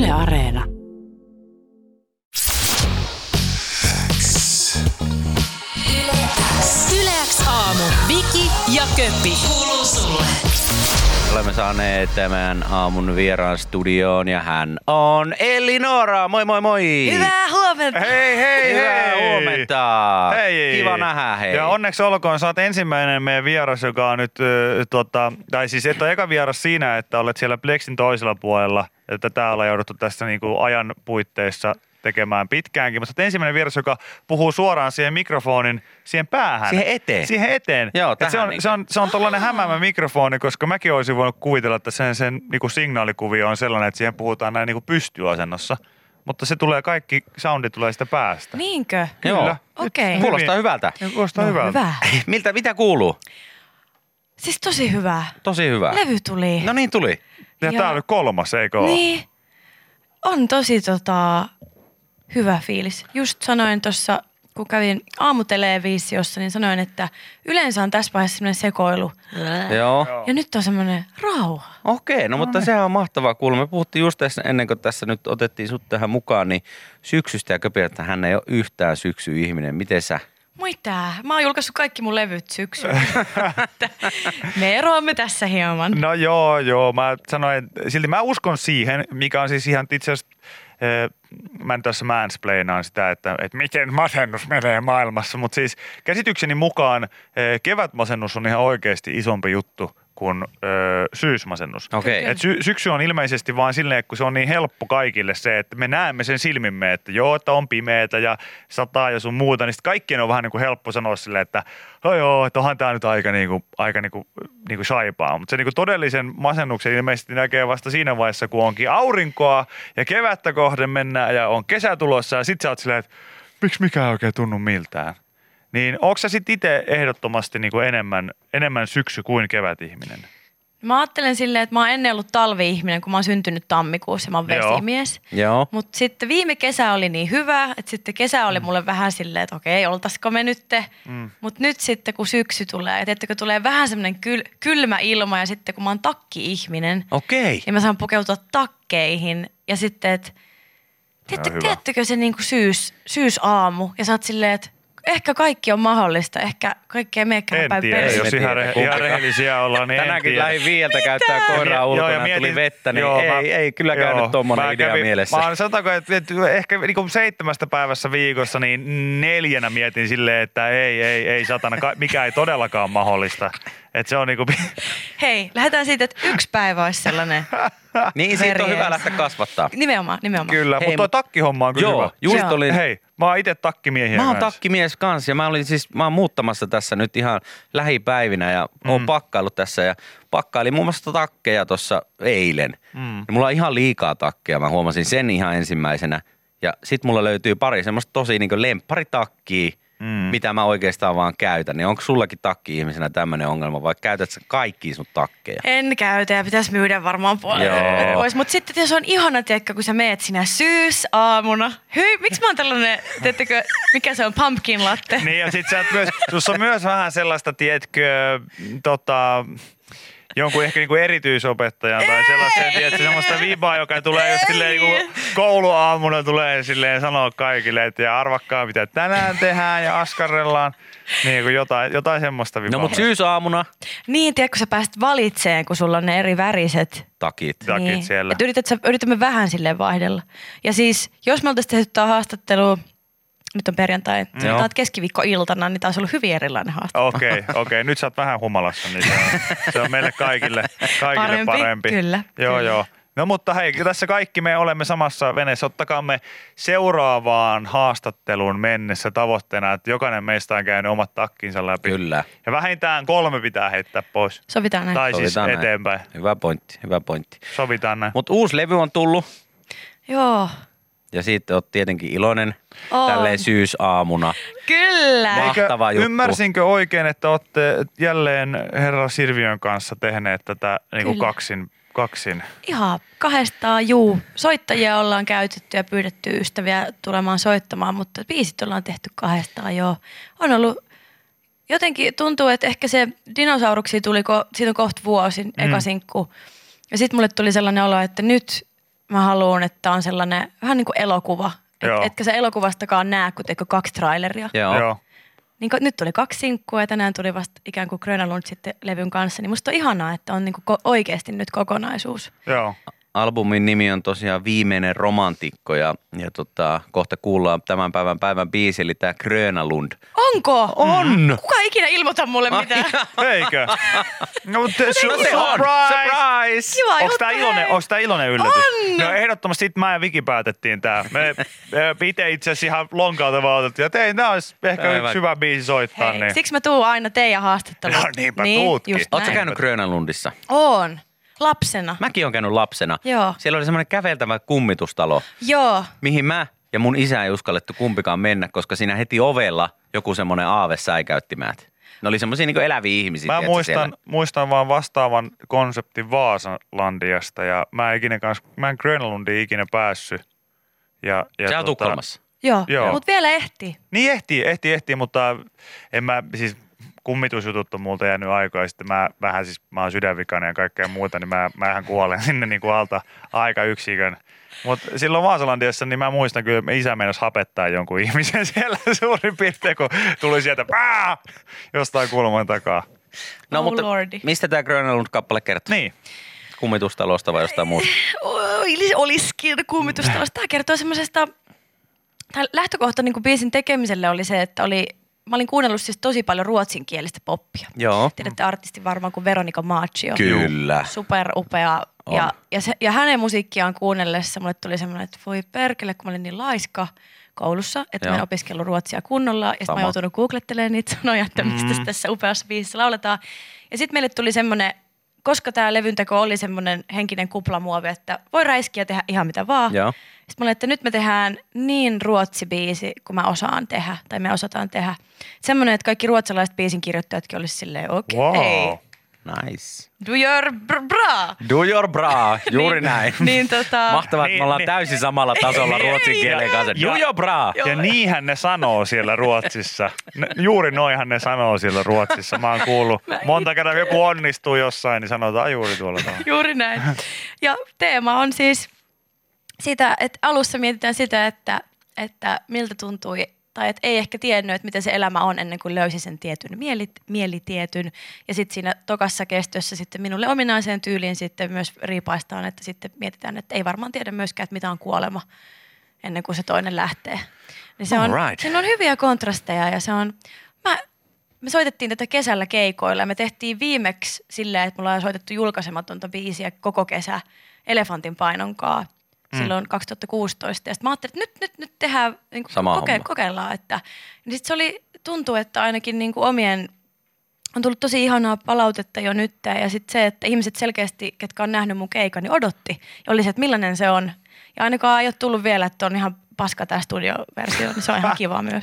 Yle Areena. Yle X aamu. Viki ja Köppi. Kuuluu sulle. Olemme saaneet tämän aamun vieraan studioon ja hän on Elinora. Moi moi moi! Hyvää huomenta! Hei! Hyvää huomenta! Hei! Kiva nähdä, hei! Ja onneksi olkoon, sä oot ensimmäinen meidän vieras, joka on nyt, tai siis et ole eka vieras siinä, että olet siellä Plexin toisella puolella, että täällä ollaan jouduttu tässä niinku ajan puitteissa tekemään pitkäänkin, mutta ensimmäinen vieras, joka puhuu suoraan siihen mikrofonin, siihen päähän. Siihen eteen. Joo, se on tollainen hämäämä mikrofoni, koska mäkin olisin voinut kuvitella, että sen niinku signaalikuvio on sellainen, että siihen puhutaan näin niinku pystyasennossa. Mutta se tulee, kaikki soundi tulee sitä päästä. Niinkö? Joo. Okei. Kuulostaa hyvältä. Kuulostaa hyvältä. Hyvä. Mitä kuuluu? Siis tosi hyvä. Tosi hyvä. Levy tuli. No niin tuli. Ja tää on nyt 3, eikö ole? Niin. On tosi hyvä fiilis. Just sanoin tuossa, kun kävin aamutelevisiossa, niin sanoin, että yleensä on tässä vaiheessa semmoinen sekoilu. Joo. Ja nyt on semmoinen rauha. Okei, no mutta sehän on mahtavaa kuulla. Me puhuttiin just tässä, ennen kuin tässä nyt otettiin sut tähän mukaan, niin syksystä ja Köpi, että hän ei ole yhtään syksy-ihminen. Miten sä? Mitä? Mä oon julkaissut kaikki mun levyt syksyllä. Me eroamme tässä hieman. No joo. Mä sanoin, silti mä uskon siihen, mikä on siis ihan itse asiassa, mä nyt tässä mansplainaan sitä, että miten masennus menee maailmassa, mutta siis käsitykseni mukaan kevätmasennus on ihan oikeasti isompi juttu kuin syysmasennus. Okei. Et syksy on ilmeisesti vaan silleen, kun se on niin helppo kaikille se, että me näemme sen silmimme, että joo, että on pimeätä ja sataa ja sun muuta, niin sitten kaikkien on vähän niin kuin helppo sanoa silleen, että joo, että onhan tää nyt aika shaipaa. Mutta se niin kuin todellisen masennuksen ilmeisesti näkee vasta siinä vaiheessa, kun onkin aurinkoa ja kevättä kohden mennään ja on kesä tulossa ja sit sä oot silleen, että miksi mikään ei oikein tunnu miltään. Niin onko sä sitten itse ehdottomasti niinku enemmän syksy kuin kevätihminen? Mä ajattelen silleen, että mä oon ennen ollut talvi-ihminen, kun mä oon syntynyt tammikuussa ja mä oon vesimies. Joo. Mutta sitten viime kesä oli niin hyvä, että sitten kesä oli mulle vähän silleen, että okei, oltaisiko me nyt. Mutta nyt sitten, kun syksy tulee, ja tiedättekö, tulee vähän semmoinen kylmä ilma ja sitten kun mä oon takki-ihminen. Okei. Ja mä saan pukeutua takkeihin ja sitten, että tiedättekö se niinku syysaamu ja sä oot silleen, että ehkä kaikki on mahdollista, ehkä kaikki ei menekään päin En tiedä, perille. jos ihan rehellisiä ollaan, niin Tänäänkin lähdin 5 käyttää koiraa ulkona ja tuli vettä, niin ei kyllä käynyt tommonen idea mielessä. Mä sanotaanko, että ehkä niinku 7 päivässä viikossa, niin 4 mietin silleen, että ei satana, mikä ei todellakaan mahdollista. Että se on niinku... Hei, lähdetään siitä, että 1 päivä olisi sellainen. Niin, siitä on hyvä lähteä kasvattaa. Nimenomaan. Kyllä, mutta toi takkihomma on kyllä hyvä. Just olin... Hei, mä oon itse takkimiehiä Mä oon kanssa. takkimies kanssa ja mä oon muuttamassa tässä nyt ihan lähipäivinä ja oon pakkaillut tässä ja pakkailin muun muassa takkeja tuossa eilen. Ja mulla on ihan liikaa takkeja, mä huomasin sen ihan ensimmäisenä. Ja sit mulla löytyy pari semmoista tosi niinku lempparitakkia, mitä mä oikeastaan vaan käytän. Niin onko sullakin takki-ihmisenä tämmöinen ongelma vai käytät sä kaikkia sun takkeja? En käytä ja pitäisi myydä varmaan pois. Mutta sitten se on ihana, tiedätkö, kun sä meet sinä syysaamuna. Hyi, miksi mä oon tällainen, tiedättekö, mikä se on, pumpkin latte? Niin ja sit sä myös, sussa on myös vähän sellaista, tiedätkö, jonkun ehkä niinku erityisopettajan tai sellaisen, tiedätkö, semmoista vibaa, joka tulee just silleen niinku kouluaamuna tulee silleen sanoa kaikille, että ja arvakkaa mitä tänään tehdään ja askarrellaan. Niin kuin jotain semmoista vibaa. No mut syysaamuna. Niin, tiedätkö, sä pääset valitseen, kun sulla on ne eri väriset Takit niin. siellä. Et yritämme vähän silleen vaihdella. Ja siis, jos me oltaisiin tehty tämä haastattelu, nyt on perjantai, sanotaan, että keskiviikkoiltana, niin taas ollut hyvin erilainen haastattelu. Okei. Nyt sä oot vähän humalassa, niin se on meille kaikille parempi. Kyllä. Joo. No mutta hei, tässä kaikki me olemme samassa veneessä. Ottakaamme seuraavaan haastatteluun mennessä tavoitteena, että jokainen meistä on käynyt omat takkinsa läpi. Kyllä. Ja vähintään 3 pitää heittää pois. Sovitaan näin. Tai siis Sovitaan eteenpäin. Näin. Hyvä pointti. Sovitaan näin. Mut uusi levy on tullut. Joo. Ja siitä oot tietenkin iloinen tälleen syysaamuna. Kyllä. Mahtava juttu. Ymmärsinkö oikein, että olette jälleen herra Sirviön kanssa tehneet tätä niin kaksin? Ihan 2 soittajia ollaan käytetty ja pyydetty ystäviä tulemaan soittamaan, mutta biisit ollaan tehty 2 joo. On ollut, jotenkin tuntuu, että ehkä se Dinosauruksia tuli, siitä on kohta vuosi, eka sinkku. Ja sitten mulle tuli sellainen olo, että nyt mä haluan, että on sellainen vähän niin kuin elokuva. Joo. Etkä sä elokuvastakaan näe, kun teikö 2 traileria. Joo. Niin nyt tuli 2 sinkkua ja tänään tuli vasta ikään kuin Gröna Lund sitten levyn kanssa. Niin musta on ihanaa, että on niin kuin oikeasti nyt kokonaisuus. Joo. Albumin nimi on tosiaan Viimeinen romantikko ja kohta kuullaan tämän päivän biisi, eli tämä Gröna Lund. Onko? On! Kuka ikinä ilmoita mulle mitään? Eikö? No, mutta Se on! Surprise! Kiva Onko tää iloinen yllätys? On! No ehdottomasti sit mä ja Viki päätettiin tää. Me itse asiassa ihan lonkalta vaan otettiin, että ei, nää olisi ehkä yksi hyvä biisi soittaa. Hei, niin. siksi mä tuun aina teidän haastatteluun. No niinpä tuutkin. just Ootko näin. käynyt Gröna Lundissa? Oon. Lapsena. Mäkin olen käynyt lapsena. Joo. Siellä oli semmoinen käveltävä kummitustalo, Joo. mihin mä ja mun isä ei uskallettu kumpikaan mennä, koska siinä heti ovella joku semmoinen aave säikäyttimät. Ne oli semmoisia niin eläviä ihmisiä. Mä tiedätkö, muistan vaan vastaavan konseptin Vaasalandiasta ja mä en Grönlundiin ikinä päässyt. Se on Tukholmassa. Joo. Joo. Mutta vielä ehtii. Niin ehtii, mutta en mä siis kummitusjutut on multa jäänyt aikaa. Sitten mä oon sydänvikainen ja kaikkea muuta, niin mä ihan kuolen sinne niin kuin alta aikayksikön. Mutta silloin Vaasalandiassa, niin mä muistan kyllä, että isä meinasi hapettaa jonkun ihmisen siellä suurin piirtein, kun tuli sieltä jostain kulman takaa. No Oh mutta lordi. mistä tämä Gröna Lund-kappale kertoo? Niin. Kummitustalosta vai jostain muusta? Olisikin kummitustalosta. Tämä kertoo semmoisesta, lähtökohta niin kuin biisin tekemiselle oli se, että mä olin kuunnellut siis tosi paljon ruotsinkielistä poppia. Joo. Tiedätte artistin varmaan kuin Veronica Maggio. Kyllä. Superupea. Ja hänen musiikkiaan kuunnellessa mulle tuli semmoinen, että voi perkele, kun mä olin niin laiska koulussa, että mä en opiskellut ruotsia kunnolla. Ja sitten mä joutunut googlettelemaan niitä sanoja, että mistä tässä upeassa biisissä lauletaan. Ja sitten meille tuli semmoinen, koska tämä levynteko oli semmoinen henkinen kuplamuovi, että voi räiskiä tehdä ihan mitä vaan. Joo. Sitten mä olin, että nyt me tehdään niin ruotsibiisi, kun mä osaan tehdä, tai me osataan tehdä. Semmoinen, että kaikki ruotsalaiset biisin kirjoittajatkin olisi silleen, okei. Wow. Nice. Do your bra. Do your bra, juuri näin. Niin Mahtavaa, että me ollaan Niin. täysin samalla tasolla ruotsin kielen kanssa. Do your bra. Ja niinhän ne sanoo siellä Ruotsissa. Juuri noihan ne sanoo siellä Ruotsissa. Mä oon kuullut monta kertaa, joku onnistuu jossain, niin sanotaan juuri tuolla tavalla. Juuri näin. Ja teema on siis sitä, että alussa mietitään sitä, että miltä tuntui, tai että ei ehkä tiennyt, että miten se elämä on ennen kuin löysi sen tietyn mielitietyn. Ja sitten siinä tokassa kestössä sitten minulle ominaiseen tyyliin sitten myös riipaistaan, että sitten mietitään, että ei varmaan tiedä myöskään, että mitä on kuolema ennen kuin se toinen lähtee. Niin se on, siinä on hyviä kontrasteja ja se on, me soitettiin tätä kesällä keikoilla ja me tehtiin viimeksi silleen, että mulla on soitettu julkaisematonta biisiä koko kesä Elefantin painonkaa silloin 2016. Ja sitten mä ajattelin, että nyt tehdään, niin kokeillaan. Niin sitten tuntuu, että ainakin niin kuin on tullut tosi ihanaa palautetta jo nyt. Ja sitten se, että ihmiset selkeästi, ketkä on nähnyt mun keikan, niin odotti. Ja oli se, että millainen se on. Ja ainakaan ei ole tullut vielä, että on ihan paska tämä studioversio, niin se on ihan kiva myös.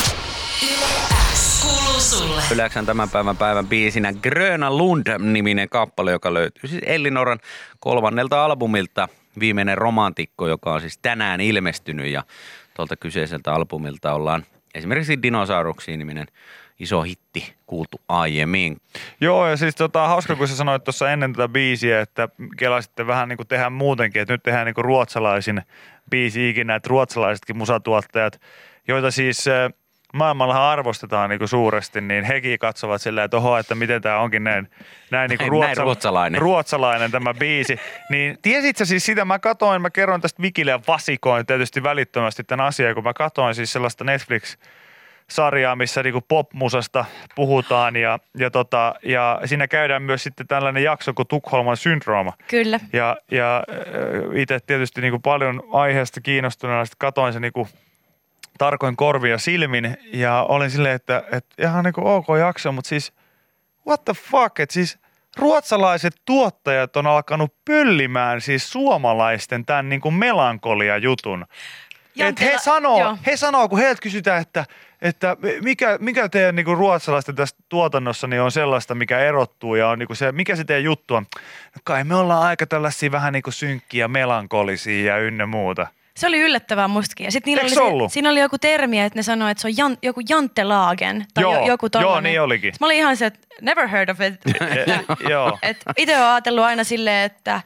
Kuuluu sulle. Yleensä tämän päivän biisinä Gröna Lund-niminen kappale, joka löytyy siis Ellinoran 3. albumilta. Viimeinen romantikko, joka on siis tänään ilmestynyt ja tuolta kyseiseltä albumilta ollaan esimerkiksi Dinosauruksiin-niminen iso hitti kuultu aiemmin. Joo, ja siis hauska, kun sä sanoit tuossa ennen tätä biisiä, että kelasitte vähän niin kuin tehdään muutenkin, että nyt tehdään niin kuin ruotsalaisin biisi ikinä, että ruotsalaisetkin musatuottajat, joita siis maailmallahan arvostetaan niin kuin suuresti, niin hekin katsovat silleen, että oho, että miten tämä onkin näin niin kuin ruotsalainen tämä biisi. Niin tiesit sä siis sitä, mä kerroin tästä Vikille ja vasikoin tietysti välittömästi tämän asian, kun mä katoin siis sellaista Netflix-sarjaa, missä niinku popmusasta puhutaan ja siinä käydään myös sitten tällainen jakso kuin Tukholman syndrooma. Kyllä. Ja itse tietysti niinku paljon aiheesta kiinnostuneena sitten katoin se niinku tarkoin korvin ja silmin ja olin silleen, että ihan niinku ok jakso, mutta siis what the fuck, että siis ruotsalaiset tuottajat on alkanut pöllimään siis suomalaisten tämän niinku melankolia-jutun. Että he sanoo, kun heiltä kysytään, että mikä teidän niinku ruotsalaisten tässä tuotannossa niin on sellaista, mikä erottuu ja on niinku se, mikä se teidän juttu on. No kai me ollaan aika tällaisia vähän niinku synkkiä, melankolisia ja ynnä muuta. Se oli yllättävää mustakin. Ja sitten siinä oli joku termi, että ne sanoi, että se on joku jantelaagen tai joku tollainen. Joo, niin olikin. Mä olin ihan se, että never heard of it. Joo. Itse olen ajatellut aina silleen, että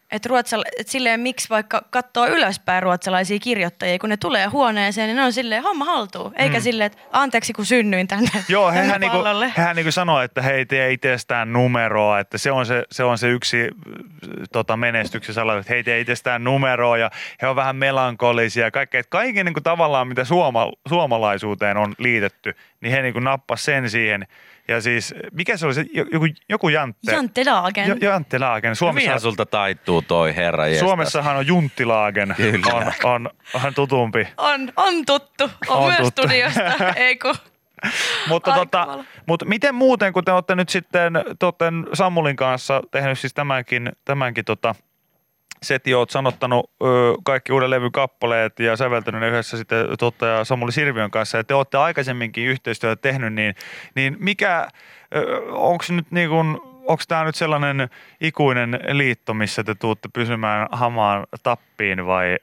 Että silleen miksi vaikka katsoo ylöspäin ruotsalaisia kirjoittajia, kun ne tulee huoneeseen, niin ne on silleen homma haltuu. Eikä silleen, että anteeksi kun synnyin tänne Joo, tänne pallolle. hehän niinku sanoo, että he ei tee itsestään numeroa, että se on se yksi menestyksen salaisuus, että he ei tee itsestään numeroa ja he on vähän melankolisia ja kaikkea. Että kaiken niinku tavallaan, mitä suomalaisuuteen on liitetty, niin he niinku nappas sen siihen. Ja siis, mikä se oli se, joku Jantte? Jantte Laagen. Jantte Laagen. Hyvinhän sulta taittuu toi herra jestas. Suomessahan on Junttilaagen, on tutumpi. On tuttu, on myös tuttu. studiosta, eikö? Mutta miten muuten, kun te olette nyt sitten Samulin kanssa tehnyt siis tämänkin setin, oot sanottanut kaikki uuden levyn kappaleet ja säveltänyt ne yhdessä sitten tuottaja Samuli Sirviön kanssa, ja te olette aikaisemminkin yhteistyötä tehnyt, niin mikä, onko tämä nyt sellainen ikuinen liitto, missä te tuutte pysymään hamaan tappiin vai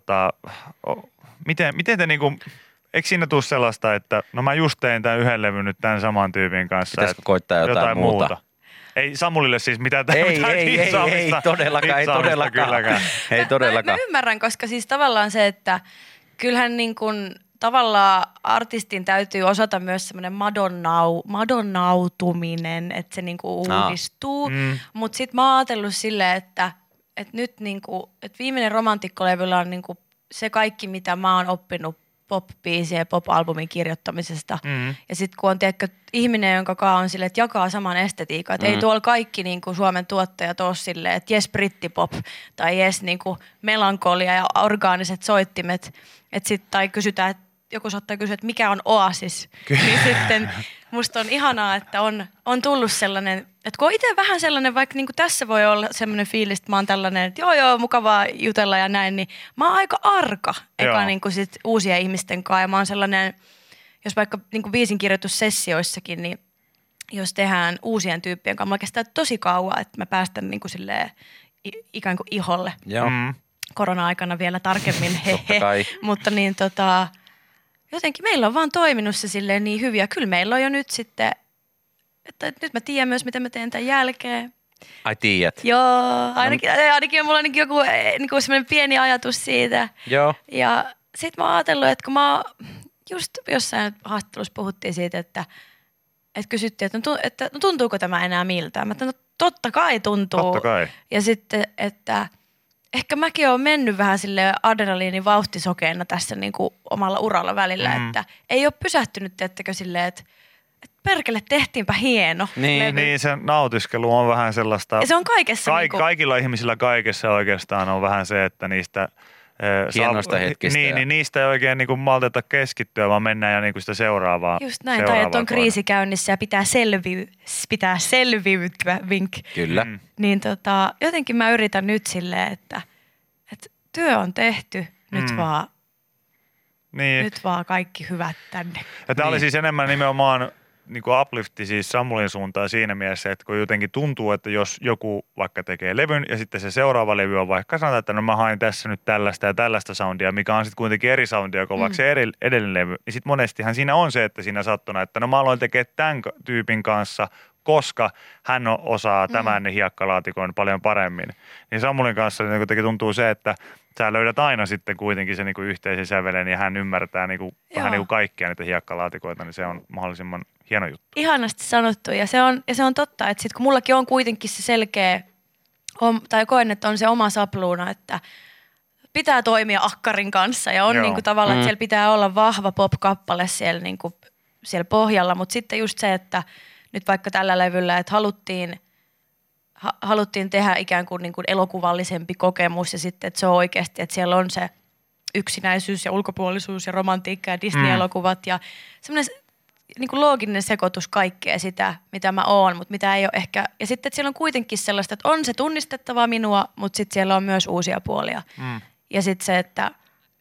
miten te niinku, eikö siinä tule sellaista, että no mä just tein tämän yhden levyn nyt tämän saman tyypin kanssa. Pitäisikö koittaa jotain muuta? Ei Samulille siis mitään Ei todellakaan, ei todellakaan. Ei todellakaan. Mä ymmärrän, koska siis tavallaan se, että kyllähän niin kuin tavallaan artistin täytyy osata myös semmoinen madonnautuminen, että se niin kuin uudistuu. Mutta sitten mä oon ajatellut silleen, että nyt niin kuin, että viimeinen romantikkolevyllä on niin kuin se kaikki, mitä mä oon oppinut pop-biisien ja pop-albumin kirjoittamisesta. Ja sitten kun on ihminen, jonka kanssa on silleen, että jakaa saman estetiikan, että ei tuolla kaikki niin kuin Suomen tuottajat ole silleen, että jes brittipop tai jes niin kuin melankolia ja orgaaniset soittimet. Tai kysytään, että joku saattaa kysyä, että mikä on Oasis. Niin sitten musta on ihanaa, että on tullut sellainen, että kun on itse vähän sellainen, vaikka niin kuin tässä voi olla sellainen fiilis, että mä oon tällainen, että joo, mukavaa jutella ja näin, niin mä oon aika arka eka niin kuin sit uusien ihmisten kanssa. Ja mä oon sellainen, jos vaikka niin kuin biisinkirjoitussessioissakin, niin jos tehdään uusien tyyppien kanssa, mä kestää tosi kauan, että mä päästän niin kuin silleen ikään kuin iholle. Joo. Korona-aikana vielä tarkemmin, mutta niin jotenkin meillä on vaan toiminut se silleen niin hyviä. Kyllä meillä on jo nyt sitten, että nyt mä tiedän myös, mitä mä teen tämän jälkeen. Ai tiedät? Joo, ainakin mulla on joku niin semmoinen pieni ajatus siitä. Joo. Ja sit mä oon ajatellut, että kun mä just jossain haastattelussa puhuttiin siitä, että kysyttiin, että tuntuuko tämä enää miltään. Mä no totta kai tuntuu. Totta kai. Ja sitten, että ehkä mäkin olen mennyt vähän silleen adrenaliinin vauhtisokeena tässä niin kuin omalla uralla välillä, että ei ole pysähtynyt, teettekö silleen, että perkele, tehtiinpä hieno. Niin, se nautiskelu on vähän sellaista. Ja se on kaikessa. Kaikilla ihmisillä kaikessa oikeastaan on vähän se, että niistä hienoista hetkistä. Niin niistä ei oikein niin kuin malteta keskittyä, vaan mennään ja niin kuin sitä seuraavaa. Just näin, tai että on kriisi käynnissä ja pitää selviytyä, vink. Kyllä. Niin jotenkin mä yritän nyt silleen, että työ on tehty, nyt vaan kaikki hyvät tänne. Ja tämä oli siis enemmän nimenomaan niin kuin uplifti siis Samulin suuntaan siinä mielessä, että kun jotenkin tuntuu, että jos joku vaikka tekee levyn ja sitten se seuraava levy on vaikka sanotaan, että no mä hain tässä nyt tällaista ja tällaista soundia, mikä on sitten kuitenkin eri soundia kuin vaikka se edellinen levy, niin sitten monestihan siinä on se, että siinä sattuna, että no mä aloin tekemään tämän tyypin kanssa, koska hän osaa tämän hiekkalaatikon paljon paremmin. Niin Samulin kanssa niin jotenkin tuntuu se, että sä löydät aina sitten kuitenkin se niinku yhteisen sävelen ja hän ymmärtää niinku, vähän niinku kaikkia niitä hiekkalaatikoita, niin se on mahdollisimman hieno juttu. Ihanasti sanottu ja se on totta, että sit kun mullakin on kuitenkin se selkeä, tai koen, että on se oma sapluuna, että pitää toimia akkarin kanssa ja on niinku tavallaan, että siellä pitää olla vahva pop-kappale siellä, niinku, siellä pohjalla, mutta sitten just se, että nyt vaikka tällä levyllä, että haluttiin tehdä ikään kuin, elokuvallisempi kokemus ja sitten, että se on oikeasti, että siellä on se yksinäisyys ja ulkopuolisuus ja romantiikka ja Disney-elokuvat ja semmoinen niin kuin looginen sekoitus kaikkea sitä, mitä mä oon, mutta mitä ei ole ehkä. Ja sitten, että siellä on kuitenkin sellaista, että on se tunnistettavaa minua, mutta sitten siellä on myös uusia puolia. Ja sitten se, että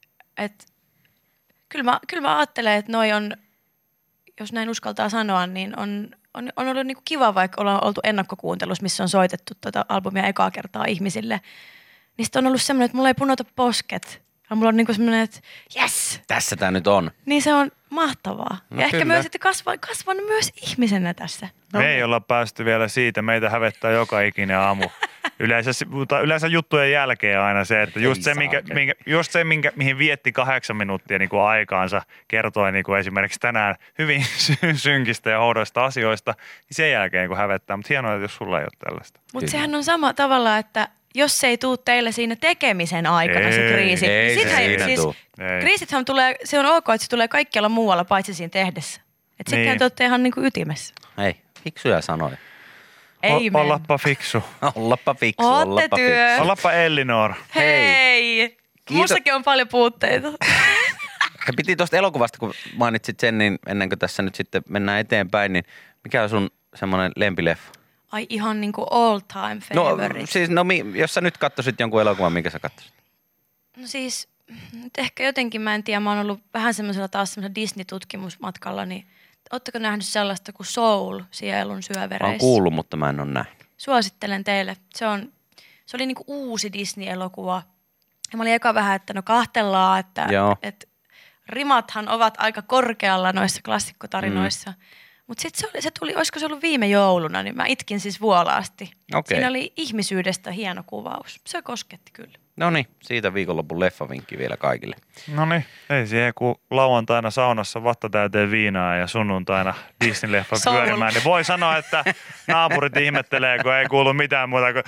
kyllä mä ajattelen, että noi on, jos näin uskaltaa sanoa, niin on ollut niinku kiva, vaikka ollaan oltu ennakkokuuntelussa, missä on soitettu tuota albumia ekaa kertaa ihmisille. Niin on ollut semmoinen, että mulla ei punota posket. Ja mulla on niinku semmoinen, että yes! Tässä tää nyt on. Niin se on mahtavaa. No ja kyllä. ehkä myös, että kasvan myös ihmisenä tässä. Me ei olla päästy vielä siitä. Meitä hävettää joka ikinen aamu Yleensä juttujen jälkeen aina se, että just se, mihin vietti 8 minuuttia niin kuin aikaansa, kertoi niin kuin esimerkiksi tänään hyvin synkistä ja houdoista asioista, niin sen jälkeen kun hävettää. Mutta hienoa, että jos sulla ei ole tällaista. Mutta sehän on sama tavalla, että jos se ei tule teille siinä tekemisen aikana se kriisi. Ei niin se siinä tuu. Kriisithän tulee, se on ok, että se tulee kaikkialla muualla paitsi siinä tehdessä. Että sittenhän te olette ihan niinku ytimessä. Hei, fiksuja sanoja. Ei Ollappa fiksu. Ollappa fiksu, Ootte työ. Ollappa Ellinor. Hei. Mussakin on paljon puutteita. Ja piti tuosta elokuvasta, kun mainitsit sen, niin ennen kuin tässä nyt sitten mennään eteenpäin, niin mikä on sun semmoinen lempileffa? Ai ihan niinku all time favorite. Jos sä nyt katsoisit jonkun elokuvan, minkä sä katsoisit? No siis, nyt ehkä jotenkin, mä en tiedä, mä oon ollut vähän semmoisella Disney-tutkimusmatkalla, niin ootteko nähnyt sellaista kuin Soul, sielun syövereissä? Mä oon kuullut, mutta mä en ole nähnyt. Suosittelen teille. Se oli niinku uusi Disney-elokuva. Ja mä olin eka vähän, että no kahtellaan, että rimathan ovat aika korkealla noissa klassikkotarinoissa. Mutta sitten se tuli, olisiko se ollut viime jouluna, niin mä itkin siis vuolaasti. Okay. Siinä oli ihmisyydestä hieno kuvaus. Se kosketti kyllä. No niin, siitä viikonlopun leffavinkki vielä kaikille. No niin, ei siihen kun lauantaina saunassa vatta täyteen viinaa ja sunnuntaina Disney-leffa pyörimään, niin voi sanoa, että naapurit ihmettelee, kun ei kuulu mitään muuta kuin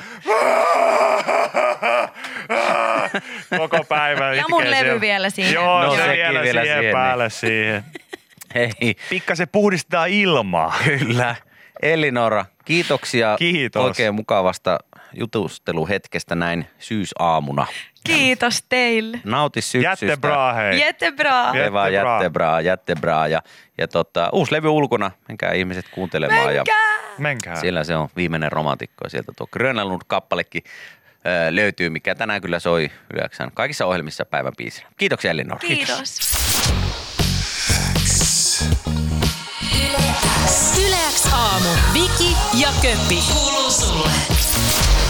koko päivä. Ja mun levy vielä siihen. Joo, se vielä siihen päälle siihen. Hei. Pikkasen puhdistetaan ilmaa. Kyllä. Ellinora, kiitoksia oikein mukavasta jutusteluhetkestä näin syysaamuna. Kiitos teille. Nauti syksystä. Jättebra, hei. Jättebra. Jättebra. Ja uusi levy ulkona. Menkää ihmiset kuuntelemaan. Menkää. Siellä se on viimeinen romantikko. Sieltä tuo Grönlund-kappalekin löytyy, mikä tänään kyllä soi yleensä kaikissa ohjelmissa päivän biisinä. Kiitoksia Ellinora. Kiitos. Yle X aamu. Viki ja Köppi. Kuuluu sulle.